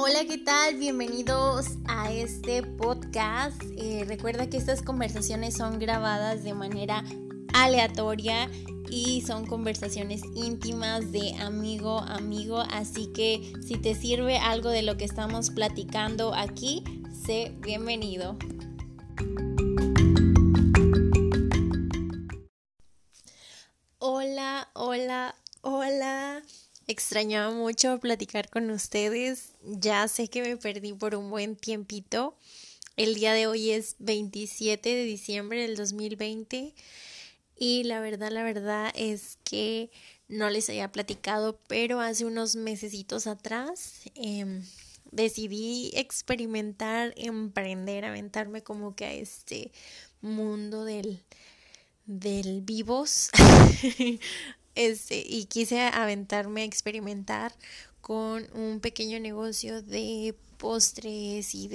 Hola, ¿qué tal? Bienvenidos a este podcast. Recuerda que estas conversaciones son grabadas de manera aleatoria y son conversaciones íntimas de amigo a amigo, así que si te sirve algo de lo que estamos platicando aquí, sé bienvenido. Hola. Extrañaba mucho platicar con ustedes. Ya sé que me perdí por un buen tiempito. El día de hoy es 27 de diciembre del 2020 y la verdad es que no les había platicado, pero hace unos mesecitos atrás decidí experimentar, emprender, aventarme como que a este mundo del vivos y quise aventarme a experimentar con un pequeño negocio de postres y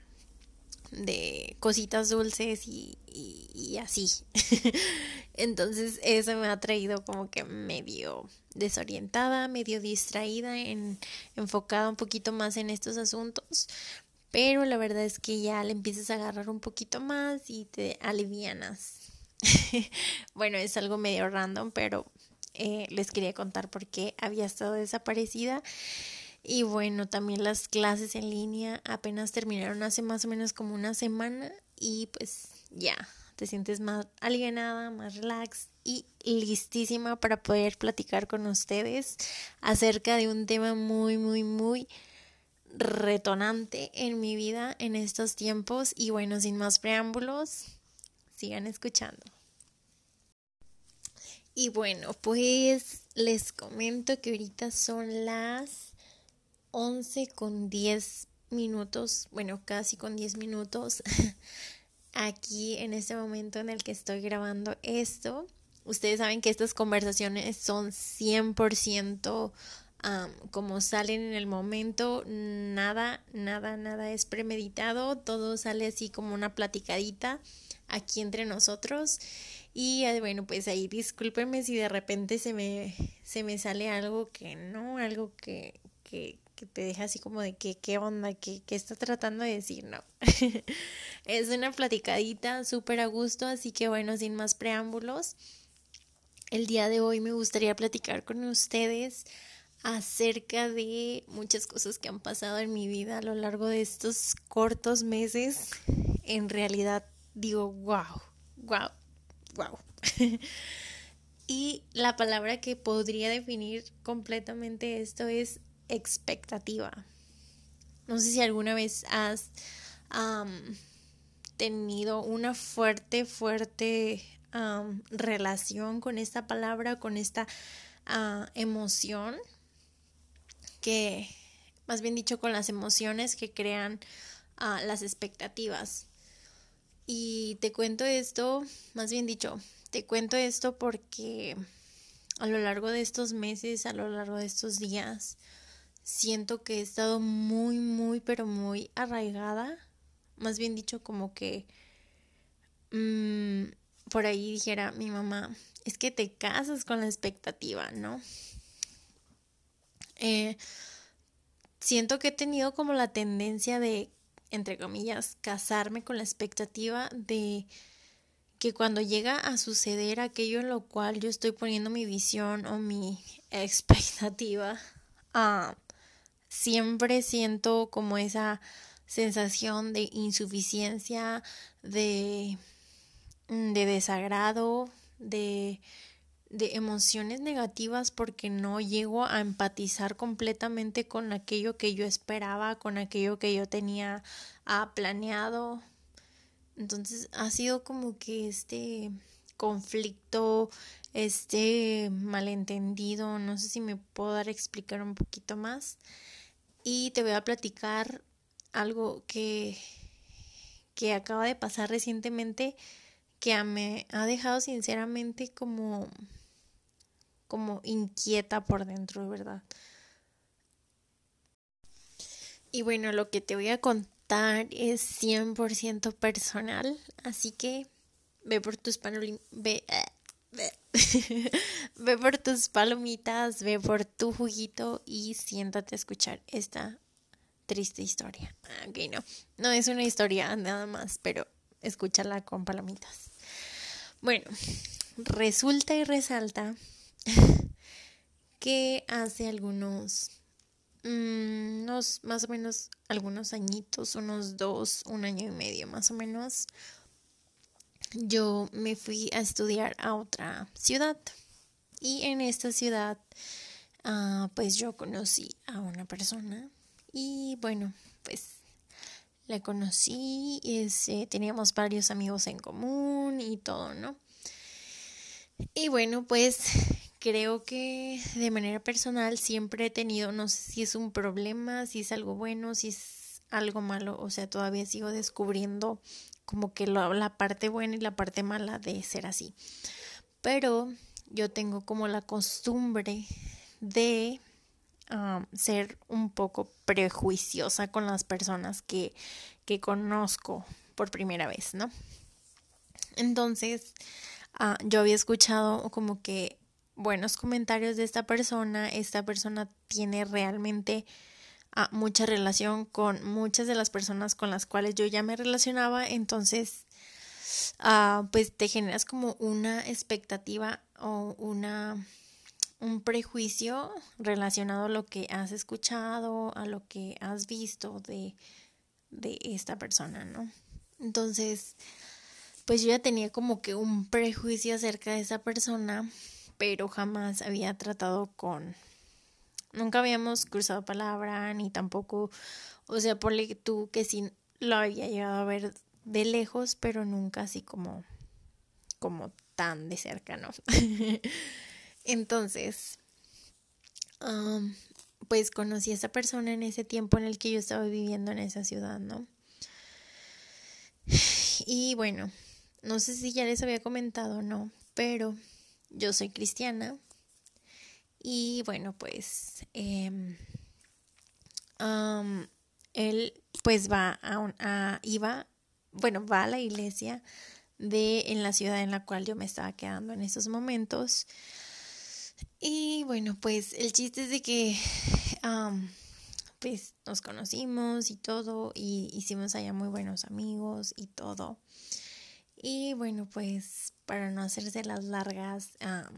de cositas dulces y así. Entonces eso me ha traído como que medio desorientada, medio distraída, enfocada un poquito más en estos asuntos. Pero la verdad es que ya le empiezas a agarrar un poquito más y te alivianas. Bueno, es algo medio random, pero les quería contar por qué había estado desaparecida. Y bueno, también las clases en línea apenas terminaron hace más o menos como una semana y pues ya, te sientes más alivianada, más relax y listísima para poder platicar con ustedes acerca de un tema muy retonante en mi vida en estos tiempos. Y bueno, sin más preámbulos, sigan escuchando. Y bueno, pues les comento que ahorita son las 11:10, bueno, casi con 10 minutos, aquí en este momento en el que estoy grabando esto. Ustedes saben que estas conversaciones son 100% como salen en el momento, nada es premeditado, todo sale así como una platicadita aquí entre nosotros. Y bueno, pues ahí discúlpenme si de repente se me sale algo que no, algo que te deja así como de que qué onda, qué está tratando de decir, no. Es una platicadita súper a gusto, así que bueno, sin más preámbulos, el día de hoy me gustaría platicar con ustedes acerca de muchas cosas que han pasado en mi vida a lo largo de estos cortos meses. En realidad digo, wow. Y la palabra que podría definir completamente esto es expectativa. No sé si alguna vez has tenido una fuerte relación con esta palabra, con esta emoción, que más bien dicho con las emociones que crean las expectativas. Y te cuento esto porque a lo largo de estos meses, a lo largo de estos días, siento que he estado pero muy arraigada. Más bien dicho, como que por ahí dijera mi mamá, es que te casas con la expectativa, ¿no? Siento que he tenido como la tendencia de, entre comillas, casarme con la expectativa de que cuando llega a suceder aquello en lo cual yo estoy poniendo mi visión o mi expectativa, siempre siento como esa sensación de insuficiencia, de desagrado, de emociones negativas, porque no llego a empatizar completamente con aquello que yo esperaba, con aquello que yo tenía planeado. Entonces ha sido como que este conflicto, este malentendido, no sé si me puedo dar a explicar un poquito más. Y te voy a platicar algo que acaba de pasar recientemente, que me ha dejado sinceramente como inquieta por dentro, de verdad. Y bueno, lo que te voy a contar es 100% personal, así que ve por tus ve por tus palomitas, ve por tu juguito y siéntate a escuchar esta triste historia. Ok, no es una historia nada más, pero escúchala con palomitas. Bueno, resulta y resalta que hace unos más o menos algunos añitos, un año y medio más o menos, yo me fui a estudiar a otra ciudad y en esta ciudad pues yo conocí a una persona y bueno, pues la conocí, teníamos varios amigos en común y todo, ¿no? Y bueno, pues creo que de manera personal siempre he tenido, no sé si es un problema, si es algo bueno, si es algo malo, o sea, todavía sigo descubriendo como que la parte buena y la parte mala de ser así. Pero yo tengo como la costumbre de ser un poco prejuiciosa con las personas que conozco por primera vez, ¿no? Entonces, yo había escuchado como que buenos comentarios de esta persona tiene realmente mucha relación con muchas de las personas con las cuales yo ya me relacionaba, entonces pues te generas como una expectativa o un prejuicio relacionado a lo que has escuchado, a lo que has visto de esta persona, ¿no? Entonces, pues yo ya tenía como que un prejuicio acerca de esa persona, pero jamás había nunca habíamos cruzado palabra, ni tampoco, o sea, ponle tú que sí lo había llegado a ver de lejos, pero nunca así como tan de cerca, ¿no? Entonces, pues conocí a esa persona en ese tiempo en el que yo estaba viviendo en esa ciudad, ¿no? Y bueno, no sé si ya les había comentado o no, pero yo soy cristiana y bueno, pues él pues va va a la iglesia en la ciudad en la cual yo me estaba quedando en esos momentos. Y bueno, pues el chiste es de que pues nos conocimos y todo, y hicimos allá muy buenos amigos y todo. Y bueno, pues para no hacerse las largas,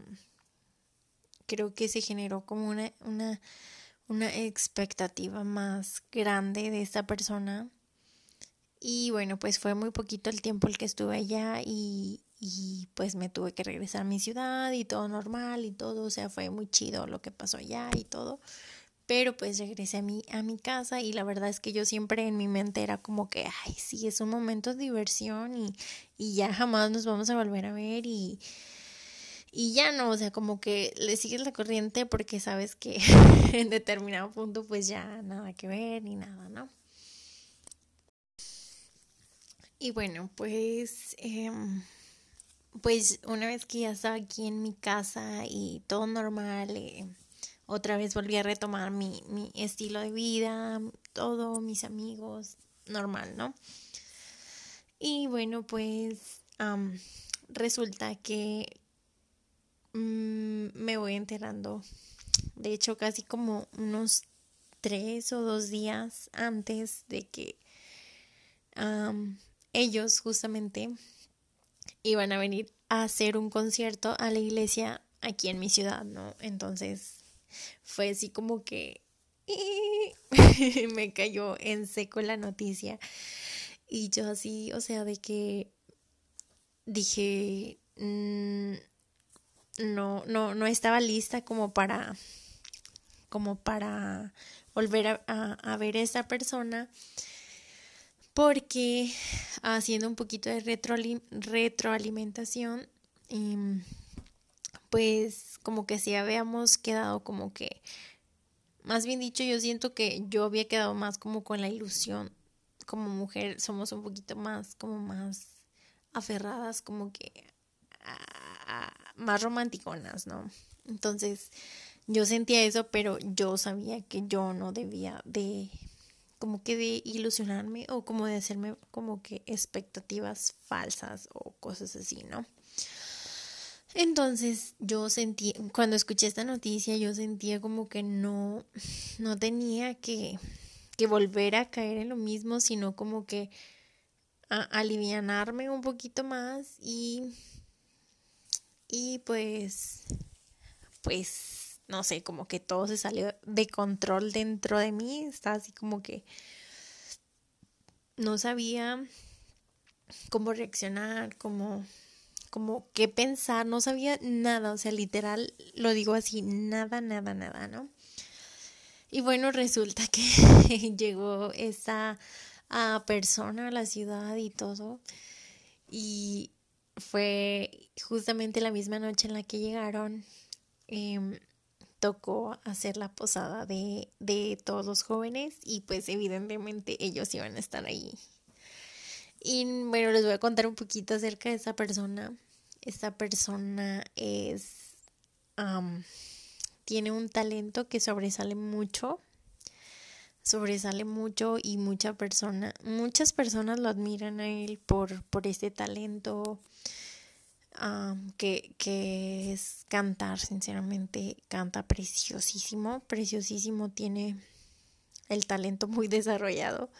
creo que se generó como una expectativa más grande de esta persona. Y bueno, pues fue muy poquito el tiempo el que estuve allá y pues me tuve que regresar a mi ciudad y todo normal y todo, o sea, fue muy chido lo que pasó allá y todo. Pero pues regresé a mi casa y la verdad es que yo siempre en mi mente era como que, ay, sí, es un momento de diversión y ya jamás nos vamos a volver a ver y ya no, o sea, como que le sigues la corriente porque sabes que en determinado punto pues ya nada que ver ni nada, ¿no? Y bueno, pues una vez que ya estaba aquí en mi casa y todo normal, otra vez volví a retomar mi estilo de vida, todo, mis amigos, normal, ¿no? Y bueno, pues resulta que me voy enterando, de hecho casi como unos 3 o 2 días antes de que ellos justamente iban a venir a hacer un concierto a la iglesia aquí en mi ciudad, ¿no? Entonces fue así como que me cayó en seco la noticia y yo así, o sea, de que dije, no estaba lista como para volver a ver a esa persona, porque haciendo un poquito de retroalimentación, pues como que sí habíamos quedado como que, más bien dicho, yo siento que yo había quedado más como con la ilusión. Como mujer somos un poquito más, como más aferradas, como que más romanticonas, ¿no? Entonces yo sentía eso, pero yo sabía que yo no debía de como que de ilusionarme o como de hacerme como que expectativas falsas o cosas así, ¿no? Entonces yo sentí, cuando escuché esta noticia, yo sentía como que no tenía que que volver a caer en lo mismo, sino como que alivianarme un poquito más y pues, no sé, como que todo se salió de control dentro de mí, estaba así como que no sabía cómo reaccionar, como qué pensar, no sabía nada, o sea, literal, lo digo así, nada, nada, nada, ¿no? Y bueno, resulta que llegó esa persona a la ciudad y todo, y fue justamente la misma noche en la que llegaron, tocó hacer la posada de todos los jóvenes y pues evidentemente ellos iban a estar ahí. Y bueno, les voy a contar un poquito acerca de esa persona. Esta persona tiene un talento que sobresale mucho y muchas personas lo admiran a él por este talento, que es cantar. Sinceramente canta preciosísimo, preciosísimo, tiene el talento muy desarrollado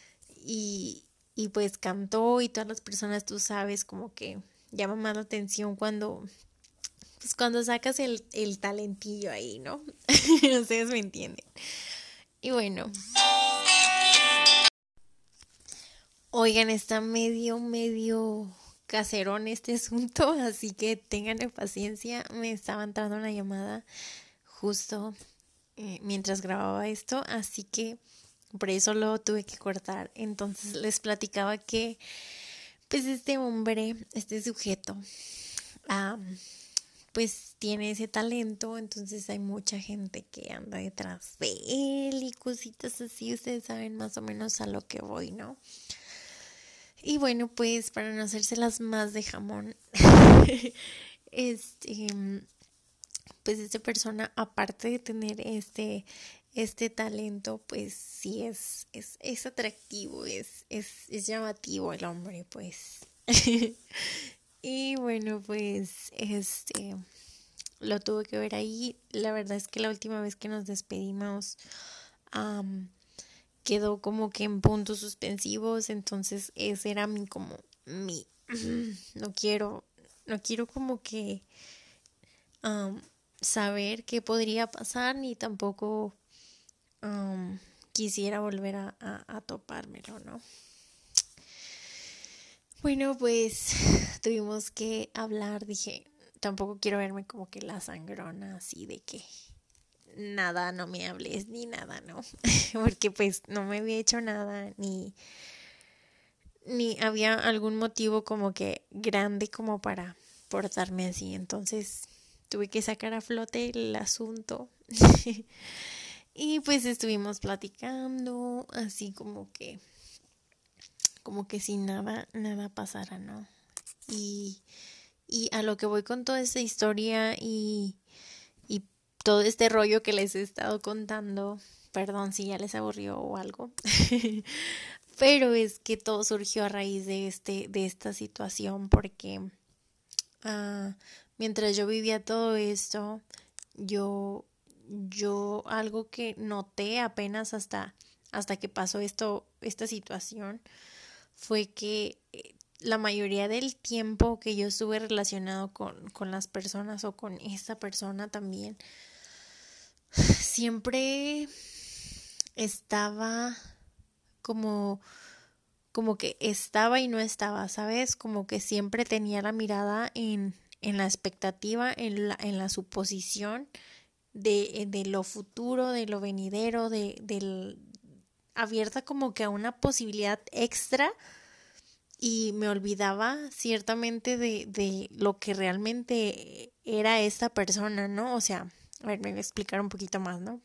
y pues cantó y todas las personas, tú sabes, como que llama más la atención cuando sacas el talentillo ahí, ¿no? Ustedes me entienden. Y bueno, oigan, está medio caserón este asunto, así que tengan paciencia. Me estaba entrando una llamada justo mientras grababa esto, así que por eso lo tuve que cortar. Entonces les platicaba que pues este hombre, este sujeto, pues tiene ese talento, entonces hay mucha gente que anda detrás de él y cositas así. Ustedes saben más o menos a lo que voy, ¿no? Y bueno, pues para no hacérselas más de jamón, este, pues esta persona, aparte de tener este talento, pues sí es atractivo, es llamativo el hombre, pues. Y bueno, pues lo tuve que ver ahí. La verdad es que la última vez que nos despedimos, quedó como que en puntos suspensivos, entonces ese era mi no quiero como que saber qué podría pasar, ni tampoco quisiera volver a topármelo, ¿no? Bueno, pues tuvimos que hablar. Dije, tampoco quiero verme como que la sangrona, así de que nada, no me hables ni nada, ¿no? Porque pues no me había hecho nada, ni había algún motivo como que grande como para portarme así. Entonces tuve que sacar a flote el asunto. Y pues estuvimos platicando así como que si nada pasara, ¿no? Y a lo que voy con toda esta historia y todo este rollo que les he estado contando, perdón si ya les aburrió o algo, pero es que todo surgió a raíz de esta situación, porque mientras yo vivía todo esto, yo algo que noté apenas hasta que pasó esta situación, fue que la mayoría del tiempo que yo estuve relacionado con las personas, o con esta persona también, siempre estaba como que estaba y no estaba, ¿sabes? Como que siempre tenía la mirada en la expectativa, en la suposición de lo futuro, de lo venidero, del abierta como que a una posibilidad extra, y me olvidaba ciertamente de lo que realmente era esta persona, ¿no? O sea, a ver, me voy a explicar un poquito más, ¿no?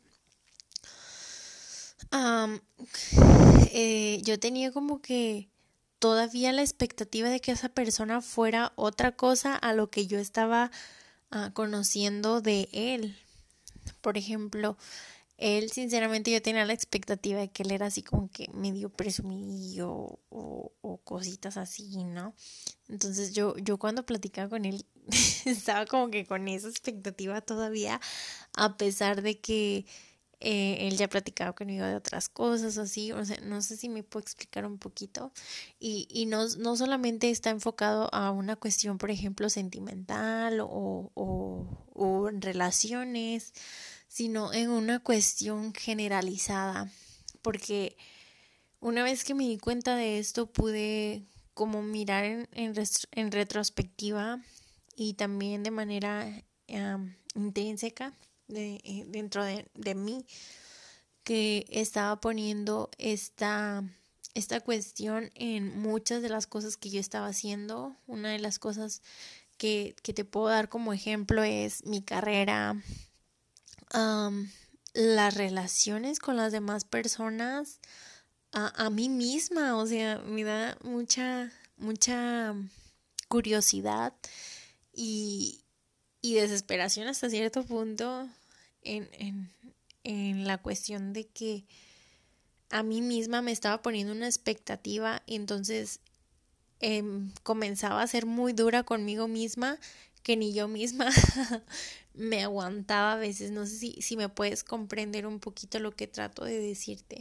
Um, yo tenía como que todavía la expectativa de que esa persona fuera otra cosa a lo que yo estaba conociendo de él. Por ejemplo, él, sinceramente, yo tenía la expectativa de que él era así como que medio presumidillo o cositas así, ¿no? Entonces yo cuando platicaba con él estaba como que con esa expectativa todavía, a pesar de que Él ya platicaba conmigo de otras cosas o así, o sea, no sé si me puedo explicar un poquito. Y no solamente está enfocado a una cuestión, por ejemplo, sentimental o en relaciones, sino en una cuestión generalizada. Porque una vez que me di cuenta de esto, pude como mirar en retrospectiva y también de manera intrínseca dentro de mí, que estaba poniendo esta cuestión en muchas de las cosas que yo estaba haciendo. Una de las cosas que te puedo dar como ejemplo es mi carrera, um, las relaciones con las demás personas, a mí misma. O sea, me da mucha curiosidad y, y desesperación hasta cierto punto en, en, en la cuestión de que a mí misma me estaba poniendo una expectativa y entonces comenzaba a ser muy dura conmigo misma, que ni yo misma me aguantaba a veces. No sé si me puedes comprender un poquito lo que trato de decirte.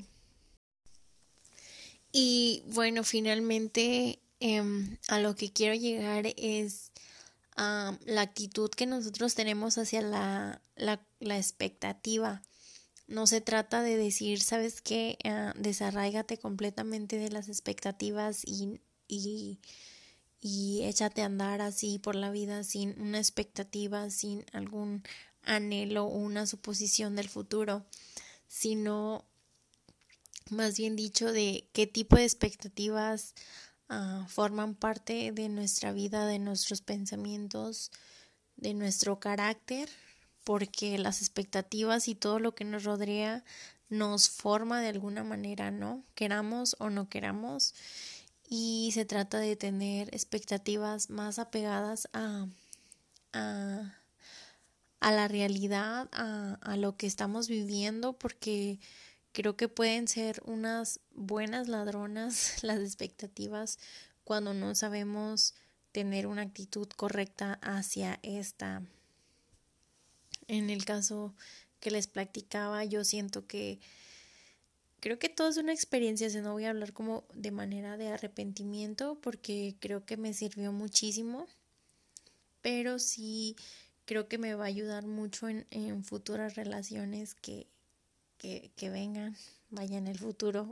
Y bueno, finalmente a lo que quiero llegar es la actitud que nosotros tenemos hacia la expectativa. No se trata de decir, ¿sabes qué? Desarráigate completamente de las expectativas y, y échate a andar así por la vida sin una expectativa, sin algún anhelo o una suposición del futuro, sino más bien dicho de qué tipo de expectativas forman parte de nuestra vida, de nuestros pensamientos, de nuestro carácter, porque las expectativas y todo lo que nos rodea nos forma de alguna manera, ¿no? Queramos o no queramos. Y se trata de tener expectativas más apegadas a, a la realidad, a lo que estamos viviendo, porque creo que pueden ser unas buenas ladronas las expectativas cuando no sabemos tener una actitud correcta hacia esta. En el caso que les platicaba, yo siento que creo que todo es una experiencia, si no voy a hablar como de manera de arrepentimiento, porque creo que me sirvió muchísimo, pero sí creo que me va a ayudar mucho en futuras relaciones que vengan, vaya en el futuro,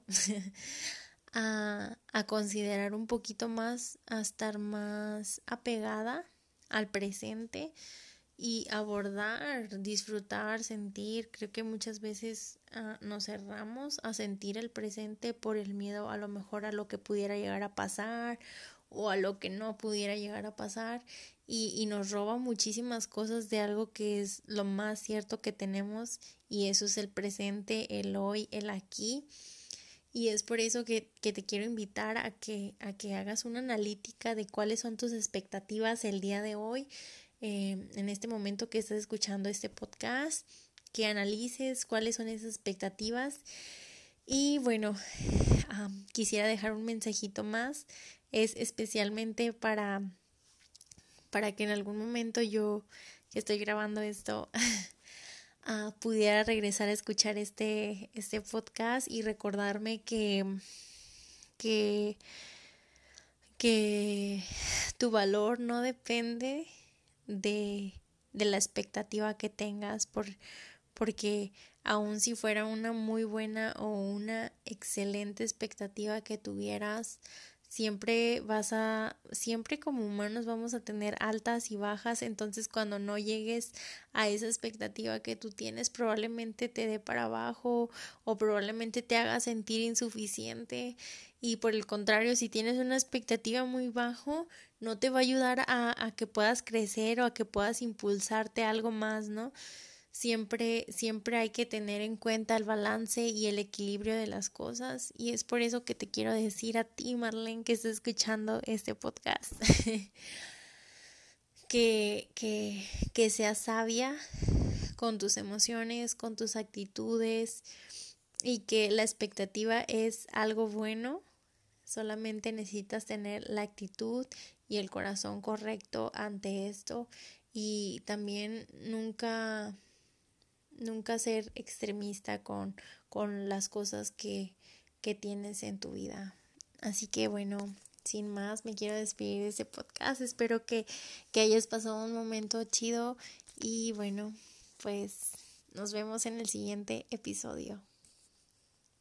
a considerar un poquito más, a estar más apegada al presente y abordar, disfrutar, sentir. Creo que muchas veces nos cerramos a sentir el presente por el miedo a lo mejor a lo que pudiera llegar a pasar o a lo que no pudiera llegar a pasar y nos roba muchísimas cosas de algo que es lo más cierto que tenemos, y eso es el presente, el hoy, el aquí. Y es por eso que te quiero invitar a que hagas una analítica de cuáles son tus expectativas el día de hoy, en este momento que estás escuchando este podcast, que analices cuáles son esas expectativas. Y bueno, quisiera dejar un mensajito más, es especialmente para que en algún momento yo, que estoy grabando esto, pudiera regresar a escuchar este podcast y recordarme que, que tu valor no depende de, de la expectativa que tengas, porque aun si fuera una muy buena o una excelente expectativa que tuvieras, siempre como humanos vamos a tener altas y bajas. Entonces cuando no llegues a esa expectativa que tú tienes, probablemente te dé para abajo o probablemente te haga sentir insuficiente. Y por el contrario, si tienes una expectativa muy bajo, no te va a ayudar a que puedas crecer o a que puedas impulsarte a algo más, ¿no? Siempre hay que tener en cuenta el balance y el equilibrio de las cosas, y es por eso que te quiero decir a ti, Marlene, que estás escuchando este podcast, que seas sabia con tus emociones, con tus actitudes, y que la expectativa es algo bueno. Solamente necesitas tener la actitud y el corazón correcto ante esto, y también nunca ser extremista con las cosas que tienes en tu vida. Así que bueno, sin más, me quiero despedir de este podcast. Espero que hayas pasado un momento chido y bueno, pues nos vemos en el siguiente episodio.